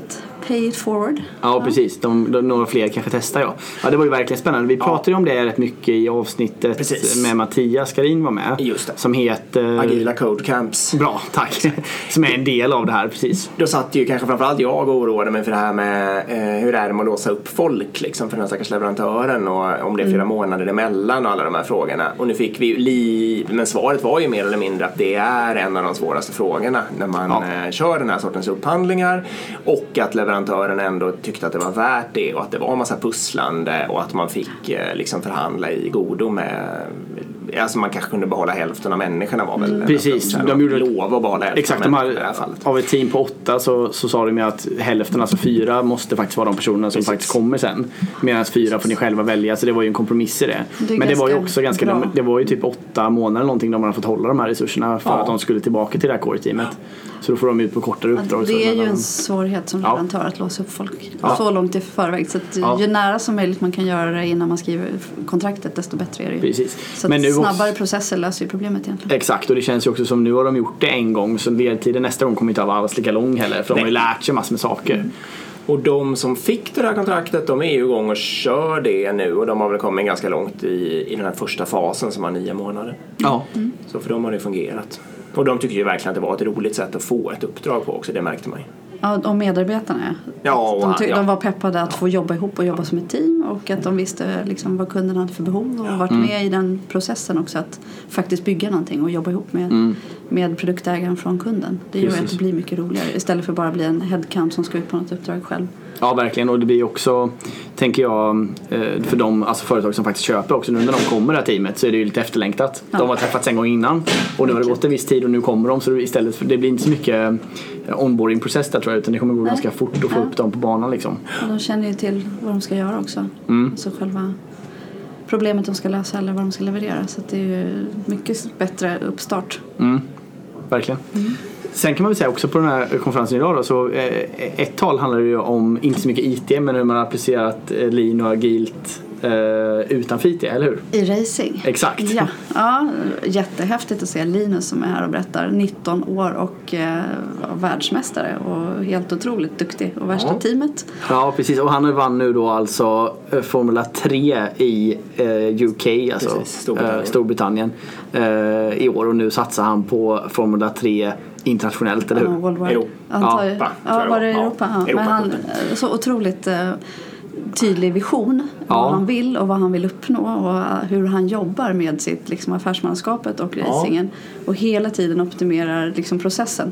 Pay it forward. Ja, precis. Några fler kanske testar jag. Ja, det var ju verkligen spännande. Vi pratade ju om det rätt mycket i avsnittet med Mattias Skarin var med. Just det. Som heter Agila Code Camps. Bra, tack. Som är en del av det här, precis. Då satt ju kanske framförallt jag och oroade mig för det här med hur är det att låsa upp folk liksom, för den stackars leverantören och om det är 4 månader emellan och alla de här frågorna. Och nu fick vi ju men svaret var ju mer eller mindre att det är en av de svåraste frågorna när man kör den här sortens upphandlingar, och att leverantören ändå tyckte att det var värt det och att det var en massa pusslande och att man fick liksom förhandla i godo med, alltså man kanske kunde behålla hälften av människorna var väl precis, de gjorde lov att behålla hälften. Exakt, de här, av ett team på 8 så sa de ju att hälften, alltså 4 måste faktiskt vara de personerna som faktiskt kommer sen, medan 4 får ni själva välja, så det var ju en kompromiss i det. Men det var ju också ganska det var ju typ 8 månader någonting de har fått hålla de här resurserna för att de skulle tillbaka till det här core-teamet. Så då får de ut på kortare uppdrag. Det är ju en svårighet som leverantör att låsa upp folk så långt i förväg. Så att ju nära som möjligt man kan göra det innan man skriver kontraktet, desto bättre är det ju. Precis. Så men nu snabbare processer löser ju problemet egentligen. Exakt, och det känns ju också som nu har de gjort det en gång, så ledtiden nästa gång kommer inte vara alls lika lång heller, för de har ju lärt sig massor med saker. Och de som fick det här kontraktet, de är ju igång och kör det nu, och de har väl kommit ganska långt i den här första fasen som var 9 månader. Ja. Så för dem har det fungerat. Och de tycker ju verkligen att det var ett roligt sätt att få ett uppdrag på också, det märkte man ju. Ja, och medarbetarna de var peppade att få jobba ihop och jobba som ett team, och att de visste liksom vad kunderna hade för behov och varit med i den processen också, att faktiskt bygga någonting och jobba ihop med produktägaren från kunden. Det gör att det blir mycket roligare istället för bara bli en headcount som ska ut på något uppdrag själv. Ja, verkligen, och det blir också, tänker jag, för de alltså företag som faktiskt köper också, nu när de kommer det här teamet så är det ju lite efterlängtat. De har träffats en gång innan och nu har det gått en viss tid och nu kommer de, så istället för, det blir inte så mycket onboarding-process där tror jag, utan det kommer gå ganska fort att få upp dem på banan liksom. Och de känner ju till vad de ska göra också. Så själva problemet de ska lösa eller vad de ska leverera, så att det är ju mycket bättre uppstart. Verkligen. Sen kan man väl säga också på den här konferensen idag då, så ett tal handlar ju om inte så mycket IT, men hur man har applicerat Lean och Agilt utanför IT, eller hur? I racing. Exakt. Ja, jättehäftigt att se Linus som är här och berättar, 19 år och världsmästare och helt otroligt duktig och värsta teamet. Ja, precis, och han vann nu då alltså Formula 3 i UK, alltså Storbritannien i år, och nu satsar han på Formula 3 internationellt, eller hur? Europa. Var det Europa? Ja. Men han så otroligt tydlig vision vad han vill och vad han vill uppnå och hur han jobbar med sitt liksom, affärsmanskapet och racingen och hela tiden optimerar liksom, processen.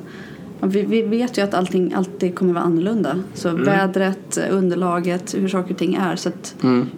Vi vet ju att allting alltid kommer vara annorlunda. Så vädret, underlaget, hur saker och ting är. Så att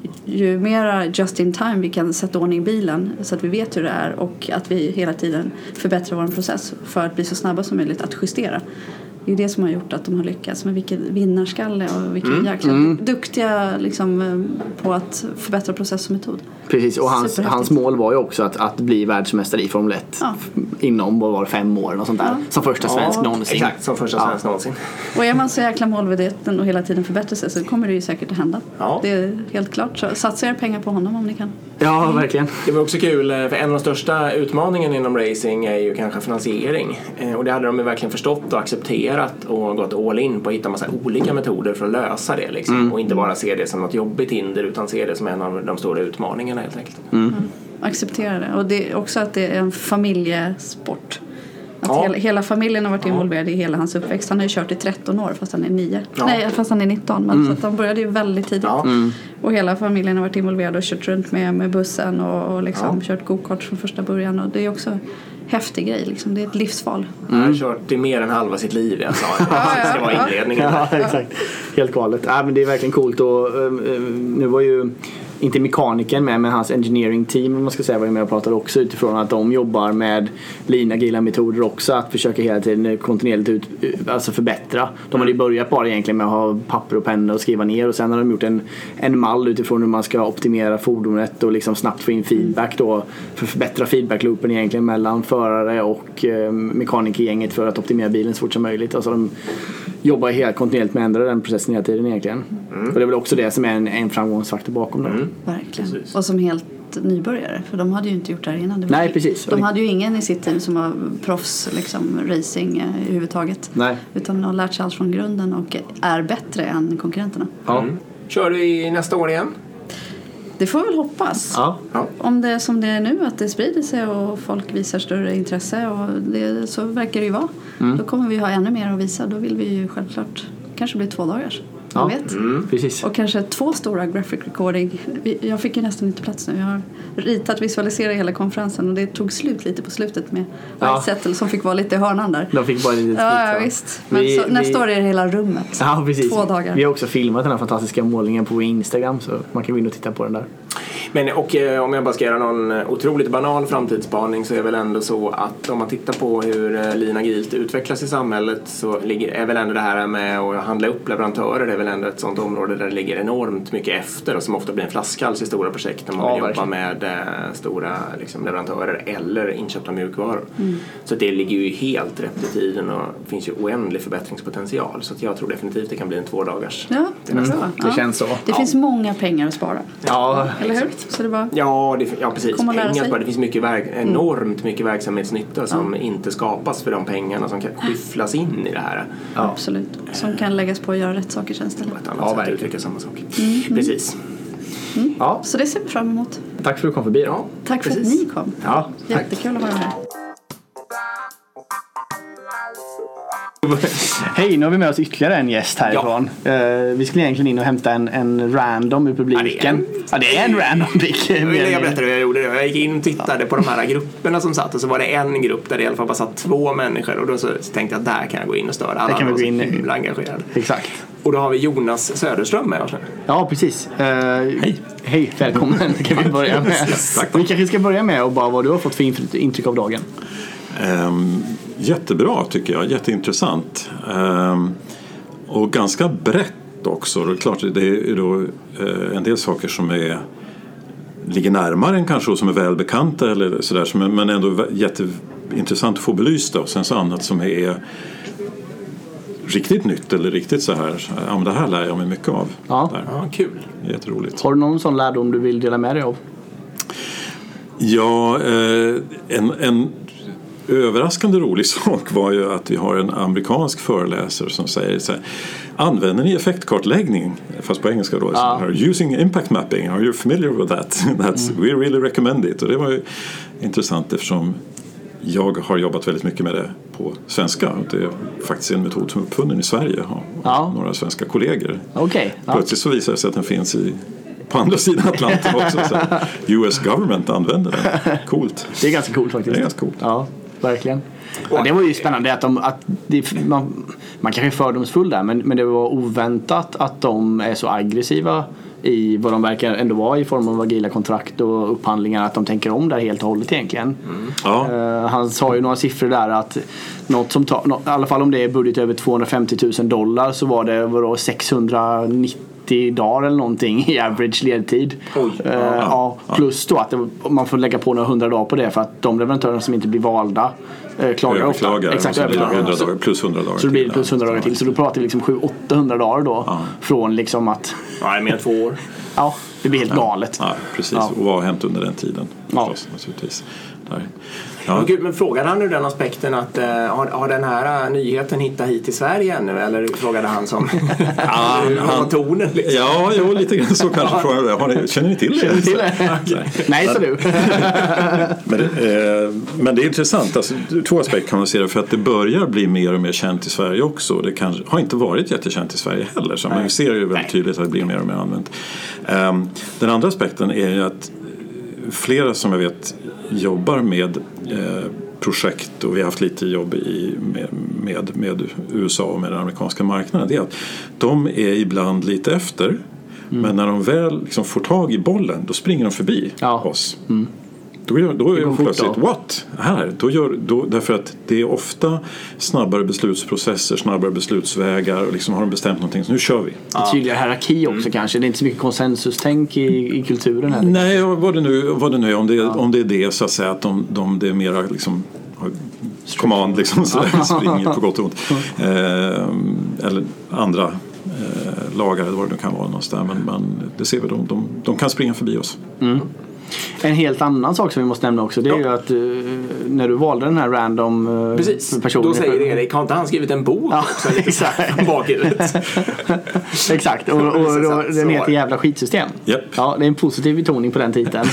ju mera just in time vi kan sätta ordning i bilen så att vi vet hur det är och att vi hela tiden förbättrar vår process för att bli så snabba som möjligt att justera. Det är det som har gjort att de har lyckats med vilken vinnarskalle och vilken jäkla duktiga liksom, på att förbättra process och metod. Precis, och hans mål var ju också att bli världsmästare i Formel 1 inom vad var det, 5 år och sånt där. Som första svensk någonsin. Exakt, som första svensk någonsin. Och är man så jäkla målmedveten och hela tiden förbättrar sig så kommer det ju säkert att hända. Det är helt klart. Så satsa era pengar på honom om ni kan. Ja, verkligen. Det var också kul, för en av de största utmaningarna inom racing är ju kanske finansiering. Och det hade de ju verkligen förstått och accepterat och gått all in på att hitta massa olika metoder för att lösa det liksom. Och inte bara se det som något jobbigt hinder utan se det som en av de stora utmaningarna helt enkelt. Acceptera det. Och det är också att det är en familjesport. Att hela familjen har varit involverad i hela hans uppväxt. Han har ju kört i 13 år fast han är 9. Nej, fast han är 19. Men så att han började ju väldigt tidigt. Och hela familjen har varit involverad och kört runt med bussen och liksom kört go-kart från första början. Och det är också häftig grej liksom. Det är ett livsval. Han har kört i mer än halva sitt liv, jag sa. Det var inledningen. Ja, exakt. Helt galet. Men det är verkligen coolt. Och nu var ju inte mekaniken med, men hans engineering team, om man ska säga, var ju med och pratade också utifrån att de jobbar med lean agila metoder också, att försöka hela tiden kontinuerligt alltså förbättra. De hade ju börjat bara egentligen med att ha papper och penna och skriva ner, och sen har de gjort en mall utifrån hur man ska optimera fordonet och liksom snabbt få in feedback då, för att förbättra feedbackloopen egentligen mellan förare och mekanikergänget för att optimera bilen så fort som möjligt. Alltså de jobbar helt kontinuerligt med att ändra den processen hela tiden egentligen. Och det är väl också det som är en framgångsfaktor bakom det. Verkligen. Precis. Och som helt helt nybörjare. För de hade ju inte gjort det här innan. Nej, precis. De hade ju ingen i sitt team som var proffs liksom, racing överhuvudtaget. Nej. Utan de har lärt sig allt från grunden och är bättre än konkurrenterna. Ja. Kör du i nästa år igen? Det får vi väl hoppas. Ja. Om det är som det är nu, att det sprider sig och folk visar större intresse, och det, så verkar det ju vara. Då kommer vi ha ännu mer att visa. Då vill vi ju självklart kanske bli 2 dagars. Jag vet. Precis. Och kanske 2 stora graphic recording. Jag fick ju nästan inte plats nu. Jag har ritat, visualiserat hela konferensen, och det tog slut lite på slutet med Settle som fick vara lite i hörnan där. De fick bara lite ja, visst. Men nästa år är det hela rummet. Ja, precis. 2 dagar. Vi har också filmat den här fantastiska målningen på Instagram, så man kan gå in och titta på den där. Men om jag bara ska göra någon otroligt banal framtidsspaning, så är väl ändå så att om man tittar på hur lean agilt utvecklas i samhället, så är väl ändå det här med att handla upp leverantörer, det är väl ändå ett sånt område där det ligger enormt mycket efter och som ofta blir en flaskhals i stora projekt när man vill jobba med stora liksom, leverantörer eller inköpta mjukvaror. Så det ligger ju helt rätt i tiden och det finns ju oändlig förbättringspotential, så att jag tror definitivt det kan bli en 2 dagars. Ja, Det känns så. Det finns många pengar att spara. Ja, eller hur? Så det bara precis. Det finns enormt mycket verksamhetsnytta som inte skapas för de pengarna som kan skyfflas in i det här. Ja. Absolut. Som kan läggas på att göra rätt saker känns det. På ett annat sätt att uttrycka samma sak. Precis. Ja. Så det ser vi fram emot. Tack för att du kom förbi. Ja, tack för att ni kom. Ja, jättekul att vara här. Hej, nu har vi med oss ytterligare en gäst härifrån. Vi skulle egentligen in och hämta en random ur publiken. Det är en random blick. Jag berättade hur jag gjorde det. Jag gick in och tittade på de här grupperna som satt, och så var det en grupp där det i alla fall bara satt 2 människor, och då så tänkte jag att där kan jag gå in och störa alla. Där kan vi gå in engagerade. Exakt. Och då har vi Jonas Söderström med oss. Ja, precis. Hej, välkommen. Kan vi börja med. Vi kanske ska börja med och bara vad du har fått för intryck av dagen. Jättebra tycker jag, jätteintressant och ganska brett också. Det är klart, det är då en del saker som ligger närmare än kanske och som är välbekanta eller sådär, men ändå jätteintressant att få belysta, och sen så annat som är riktigt nytt eller riktigt så här, ja, men det här lär jag mig mycket av. Ja, kul. Jätteroligt. Har du någon sån lärdom du vill dela med dig av? Ja, en överraskande rolig sak var ju att vi har en amerikansk föreläsare som säger så här: använder ni effektkartläggning, fast på engelska då, using impact mapping, are you familiar with that? We really recommend it. Och det var ju intressant eftersom jag har jobbat väldigt mycket med det på svenska. Det är faktiskt en metod som är uppfunnen i Sverige av några svenska kollegor. Plötsligt så visar det sig att den finns på andra sidan Atlanten också. Så US government använder den. Coolt. Det är ganska coolt faktiskt. Det är ganska coolt. Ja, verkligen. Ja, det var ju spännande man kanske är fördomsfull där, men det var oväntat att de är så aggressiva i vad de verkar ändå vara i form av agila kontrakt och upphandlingar, att de tänker om där helt och hållet egentligen. Han sa ju några siffror där att något som tar, i alla fall om det är budget över $250,000 så var det 690 dagar eller någonting i average ledtid. Plus då att man får lägga på några 100 dagar på det för att de leverantörerna som inte blir valda klagar ofta. Exakt, överklagar. Plus 100 dagar. Så det blir plus 100 dagar till. Så då pratar vi liksom 700-800 dagar då från liksom att... Ja, mer än 2 år. Ja, det blir helt galet. Ja, precis. Och vad har hänt under den tiden? Förstås, naturligtvis. Men frågade han ur den aspekten att har den här nyheten hittat hit till Sverige ännu? Eller frågade han som han tonen liksom? Ja, lite grann så kanske frågade. Känner ni till det? Nej, så du. Men det är intressant. Alltså, 2 aspekter kan man se det, för att det börjar bli mer och mer känt i Sverige också. Det har inte varit jättekänt i Sverige heller. Så man ser ju väldigt tydligt att det blir mer och mer använt. Den andra aspekten är ju att flera som jag vet jobbar med projekt, och vi har haft lite jobb med USA och med den amerikanska marknaden, det är att de är ibland lite efter, men när de väl liksom får tag i bollen, då springer de förbi oss. Då är de plötsligt what? Därför att det är ofta snabbare beslutsprocesser, snabbare beslutsvägar, och liksom har de bestämt någonting, så nu kör vi. Det tydliga hierarki också kanske. Det är inte så mycket konsensustänk i kulturen här. Nej, vad det nu är, om det är det så att säga, att det är mera liksom command liksom, så springer på gott och ont. Eller andra lagar eller vad det nu kan vara någonstans, men det ser vi, de kan springa förbi oss. En helt annan sak som vi måste nämna också, det är ju att när du valde den här random personen. Då säger Erik, har inte han skrivit en bok också? Exakt. Bakhuvudet. Exakt, och den heter Jävla skitsystem. Yep. Ja, det är en positiv betoning på den titeln.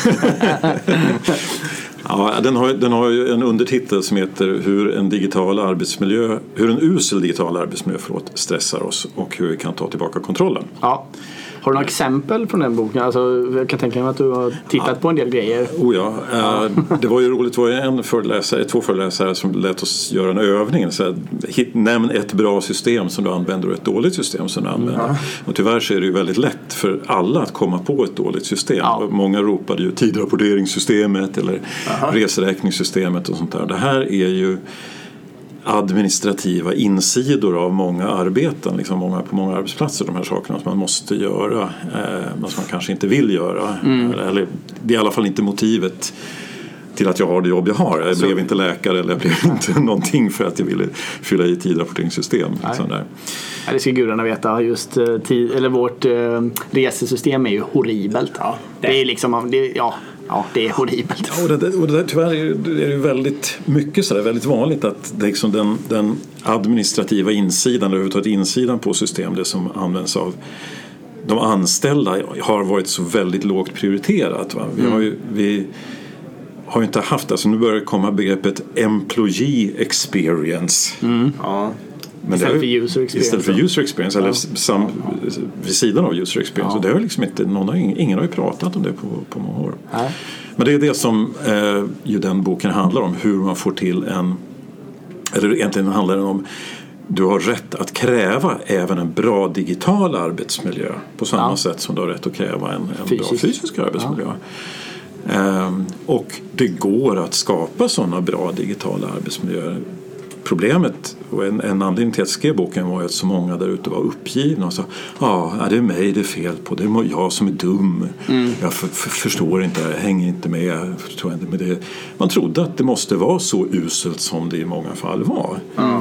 Ja, den har ju en undertitel som heter hur en usel digital arbetsmiljö stressar oss och hur vi kan ta tillbaka kontrollen. Ja. Har du några exempel från den boken? Alltså, jag kan tänka mig att du har tittat på en del grejer. Det var ju roligt. Det var två föreläsare som lät oss göra en övning. Så nämn ett bra system som du använder och ett dåligt system som du använder. Och tyvärr så är det ju väldigt lätt för alla att komma på ett dåligt system. Ja. Många ropade ju tidrapporteringssystemet eller reseräkningssystemet och sånt där. Det här är ju administrativa insidor av många arbeten, liksom på många arbetsplatser, de här sakerna som man måste göra, men som man kanske inte vill göra. Eller det är i alla fall inte motivet till att jag har det jobb jag har. Jag blev inte läkare eller jag blev inte någonting för att jag ville fylla i tidrapporteringssystem. Där. Ja, det ska gudarna veta. Just vårt resesystem är ju horribelt. Ja, det är liksom... Ja, det är horribelt. Ja, och det där, tyvärr är det väldigt mycket så där, väldigt vanligt att det liksom den administrativa insidan eller överhuvudtaget insidan på system, det som används av de anställda, har varit så väldigt lågt prioriterat. Va? Vi har ju inte haft, alltså nu börjar det komma begreppet employee experience. Ja. Men istället för user experience eller vid sidan av user experience. Och det har liksom inte, ingen har ju pratat om det på många år. Nej. Men det är det som ju den boken handlar om, hur man får till eller egentligen handlar den om, du har rätt att kräva även en bra digital arbetsmiljö på samma sätt som du har rätt att kräva en bra fysisk arbetsmiljö. Och det går att skapa sådana bra digitala arbetsmiljöer. Problemet och en anledning till att jag skrev boken var att så många där ute var uppgivna och sa det är mig det är fel på, det är jag som är dum, jag förstår inte, jag hänger inte med, förstår inte med det. Man trodde att det måste vara så uselt som det i många fall var.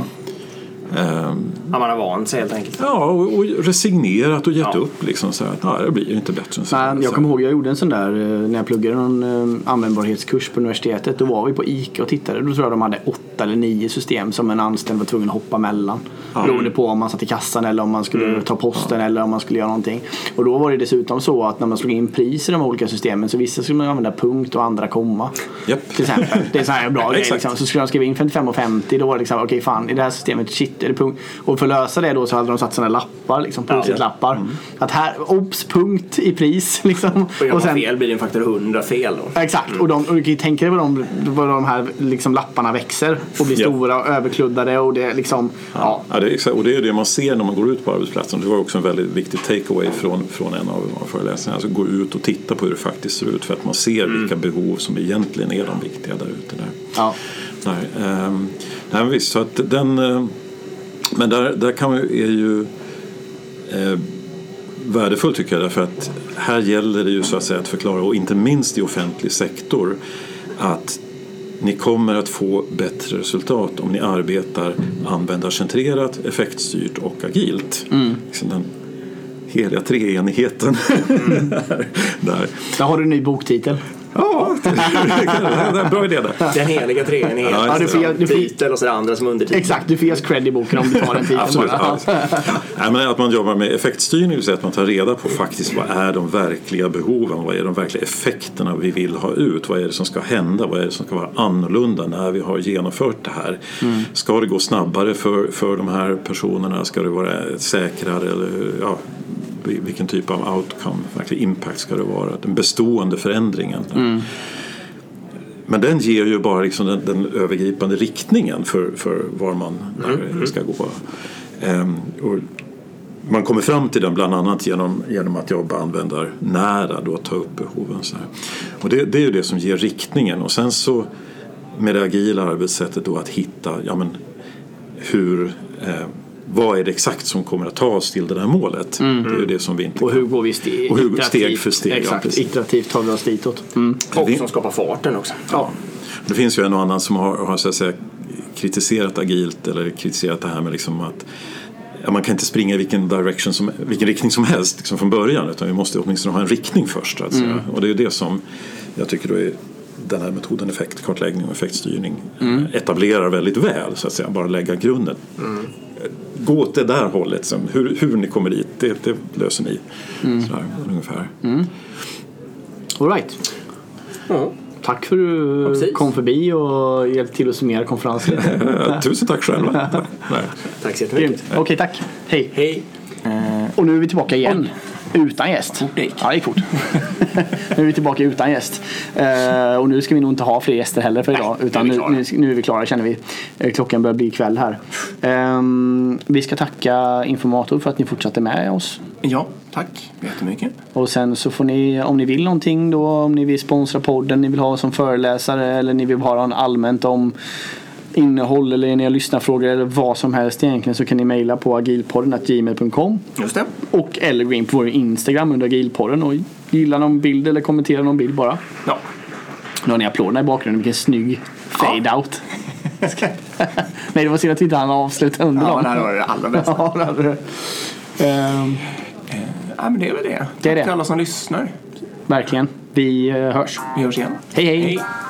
Man har vant sig helt enkelt. Ja, och resignerat och gett upp liksom, så att det blir inte bättre. Men jag kommer ihåg, jag gjorde en sån där när jag pluggade någon användbarhetskurs på universitetet. Då var vi på ICA och tittade. Då tror jag de hade 8 eller 9 system som en anställd var tvungen att hoppa mellan. Beroende på om man satt i kassan eller om man skulle ta posten eller om man skulle göra någonting. Och då var det dessutom så att när man slog in pris i de olika systemen så vissa skulle man använda punkt och andra komma. Yep. Till exempel. Det är så här bra grej liksom. Så skulle de skriva in 55,50, då var det liksom okej, fan, i det här systemet shit, är det punkt. Och för att lösa det då så hade de satt sådana lappar liksom, lappar. Att här, punkt i pris liksom. Och sen fel blir det en faktor 100 fel då. Exakt, och du kan ju tänka dig vad de här liksom lapparna växer och blir stora och överkluddade och det liksom det är exakt, och det är det man ser när man går ut på arbetsplatsen. Det var också en väldigt viktig takeaway från en av föreläsarna. Alltså gå ut och titta på hur det faktiskt ser ut för att man ser vilka behov som egentligen är de viktiga där ute där. Ja. Nej, visst, så att men där kan är ju värdefullt tycker jag, därför att här gäller det ju så att säga att förklara, och inte minst i offentlig sektor, att ni kommer att få bättre resultat om ni arbetar användarcentrerat, effektstyrt och agilt. Liksom den heliga treenigheten. Där har du en ny boktitel. Ja, det är en bra idé där. Den heliga treenigheten. Du titel och så det andra som undertitel. Exakt, du får ge cred i boken om du tar den titeln. Absolut. Nej, men att man jobbar med effektstyrning, vill säga att man tar reda på faktiskt vad är de verkliga behoven, vad är de verkliga effekterna vi vill ha ut, vad är det som ska hända, vad är det som ska vara annorlunda när vi har genomfört det här. Ska det gå snabbare för de här personerna, ska det vara säkrare eller vilken typ av outcome, verkligen impact ska det vara, den bestående förändringen. Men den ger ju bara liksom den övergripande riktningen för var man ska gå. Och man kommer fram till den bland annat genom att jobba användarnära, då ta upp behoven så här. Och det är ju det som ger riktningen, och sen så med det agila arbetssättet då att hitta hur vad är det exakt som kommer att ta oss till det här målet? Det är ju det som vi inte och hur går vi steg för steg. Exakt, iterativt tar vi oss ditåt. Och som skapar farten också. Ja. Det finns ju en och annan som har så att säga kritiserat agilt eller kritiserat det här med liksom att man kan inte springa i vilken riktning som helst liksom från början, utan vi måste åtminstone ha en riktning först att säga. Och det är ju det som jag tycker då är den här metoden effektkartläggning och effektstyrning etablerar väldigt väl, så att säga, bara lägga grunden. Gå åt det där hållet sen. Hur ni kommer dit, det löser ni. Sådär, ungefär. All right. Tack för att du kom förbi och hjälpte till att summera konferensen. Tusen tack själva. Tack så jättemycket. Okej, tack. Hej. Och nu är vi tillbaka igen. Utan gäst. Ja, det gick fort. Nu är vi tillbaka utan gäst. Och nu ska vi nog inte ha fler gäster heller för idag. Utan nu är vi klara, känner vi. Klockan börjar bli kväll här. Vi ska tacka Informator för att ni fortsatte med oss. Ja, tack jättemycket. Och sen så får ni, om ni vill någonting då, om ni vill sponsra podden, ni vill ha som föreläsare eller ni vill ha en allmänt om innehåll eller ni har lyssnarfrågor eller vad som helst egentligen, så kan ni mejla på agilpodden@gmail.com. Just det. Och eller gå in på vår Instagram under agilpodden och gilla någon bild eller kommentera någon bild bara. Ja. Nu har ni applåderna i bakgrunden, vilken snygg fade out. Nej, det var synd att vi inte hann avsluta under dem. Ja, det här var det allra bästa. Ja, det hade det. Men det är väl det. Det är det. Tack till alla som lyssnar. Verkligen. Vi hörs. Vi hörs igen. Hej.